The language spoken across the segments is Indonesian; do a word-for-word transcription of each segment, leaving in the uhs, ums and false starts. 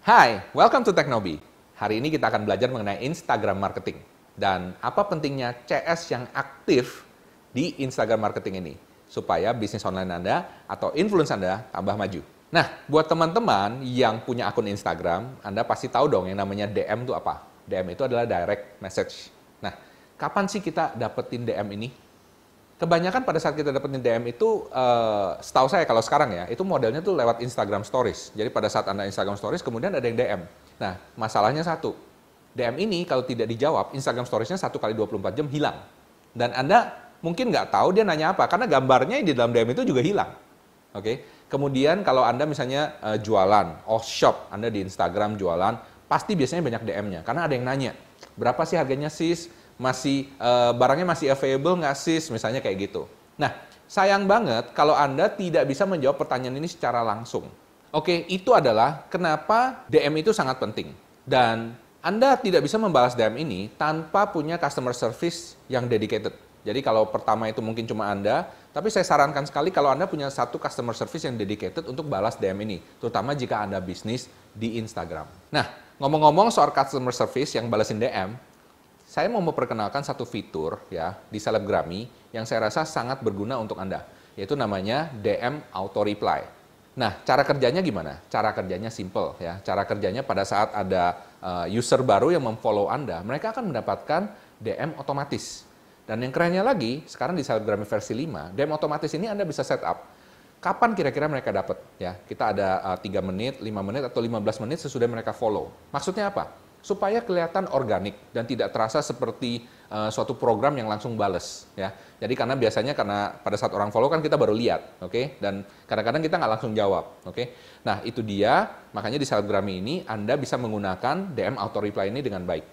Hai, welcome to Teknobi. Hari ini kita akan belajar mengenai Instagram marketing dan apa pentingnya C S yang aktif di Instagram marketing ini supaya bisnis online Anda atau influence Anda tambah maju. Nah, buat teman-teman yang punya akun Instagram, Anda pasti tahu dong yang namanya D M itu apa. D M itu adalah direct message. Nah, kapan sih kita dapetin D M ini? Kebanyakan pada saat kita dapetin D M itu, uh, setahu saya kalau sekarang ya, itu modelnya tuh lewat Instagram Stories. Jadi pada saat Anda Instagram Stories, kemudian ada yang D M. Nah, masalahnya satu, D M ini kalau tidak dijawab, Instagram Stories-nya satu kali dua puluh empat jam hilang. Dan Anda mungkin nggak tahu dia nanya apa, karena gambarnya di dalam D M itu juga hilang. Oke. Okay? Kemudian kalau Anda misalnya uh, jualan, oh shop, Anda di Instagram jualan, pasti biasanya banyak D M-nya, karena ada yang nanya, berapa sih harganya sis? Masih uh, barangnya masih available nggak sis, misalnya kayak gitu. Nah, sayang banget kalau Anda tidak bisa menjawab pertanyaan ini secara langsung. Oke, itu adalah kenapa D M itu sangat penting. Dan Anda tidak bisa membalas D M ini tanpa punya customer service yang dedicated. Jadi kalau pertama itu mungkin cuma Anda, tapi saya sarankan sekali kalau Anda punya satu customer service yang dedicated untuk balas D M ini, terutama jika Anda bisnis di Instagram. Nah, ngomong-ngomong soal customer service yang balasin D M, saya mau memperkenalkan satu fitur ya di Selebgrami yang saya rasa sangat berguna untuk Anda, yaitu namanya D M Auto Reply. Nah, cara kerjanya gimana? Cara kerjanya simple ya. Cara kerjanya pada saat ada uh, user baru yang memfollow Anda, mereka akan mendapatkan D M otomatis. Dan yang kerennya lagi, sekarang di Selebgrami versi lima, D M otomatis ini Anda bisa set up. Kapan kira-kira mereka dapat? Ya, kita ada uh, tiga menit, lima menit, atau lima belas menit sesudah mereka follow. Maksudnya apa? Supaya kelihatan organik dan tidak terasa seperti uh, suatu program yang langsung bales ya. Jadi karena biasanya karena pada saat orang follow kan kita baru lihat, oke? Okay? Dan kadang-kadang kita nggak langsung jawab, oke? Okay? Nah itu dia, makanya di Selebgrami ini Anda bisa menggunakan D M Auto Reply ini dengan baik.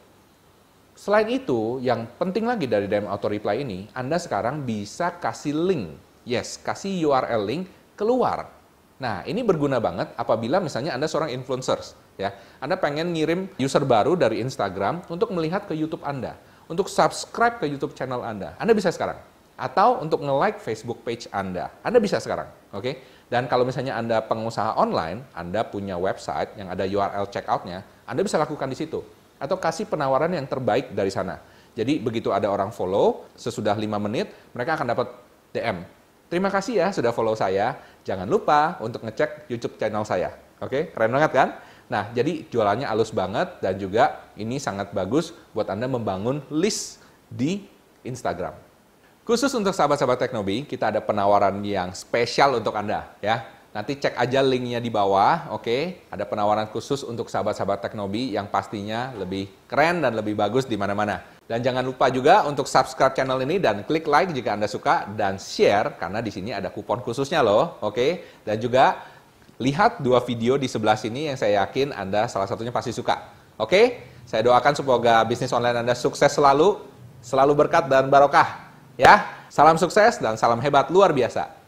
Selain itu, yang penting lagi dari D M Auto Reply ini, Anda sekarang bisa kasih link, yes, kasih U R L link keluar. Nah ini berguna banget apabila misalnya Anda seorang influencers. Ya, Anda pengen ngirim user baru dari Instagram untuk melihat ke YouTube Anda, untuk subscribe ke YouTube channel Anda. Anda bisa sekarang. Atau untuk nge-like Facebook page Anda. Anda bisa sekarang. Oke? Okay? Dan kalau misalnya Anda pengusaha online, Anda punya website yang ada U R L checkout-nya, Anda bisa lakukan di situ. Atau kasih penawaran yang terbaik dari sana. Jadi begitu ada orang follow, sesudah lima menit, mereka akan dapat D M. Terima kasih ya sudah follow saya. Jangan lupa untuk ngecek YouTube channel saya. Oke? Okay? Keren banget kan? Nah, jadi jualannya halus banget dan juga ini sangat bagus buat Anda membangun list di Instagram. Khusus untuk sahabat-sahabat Teknobi, kita ada penawaran yang spesial untuk Anda ya. Nanti cek aja linknya di bawah, oke? Okay? Ada penawaran khusus untuk sahabat-sahabat Teknobi yang pastinya lebih keren dan lebih bagus di mana-mana. Dan jangan lupa juga untuk subscribe channel ini dan klik like jika Anda suka dan share karena di sini ada kupon khususnya loh, oke? Okay? Dan juga lihat dua video di sebelah sini yang saya yakin Anda salah satunya pasti suka. Oke? Saya doakan semoga bisnis online Anda sukses selalu, selalu berkat dan barokah. Ya, salam sukses dan salam hebat luar biasa.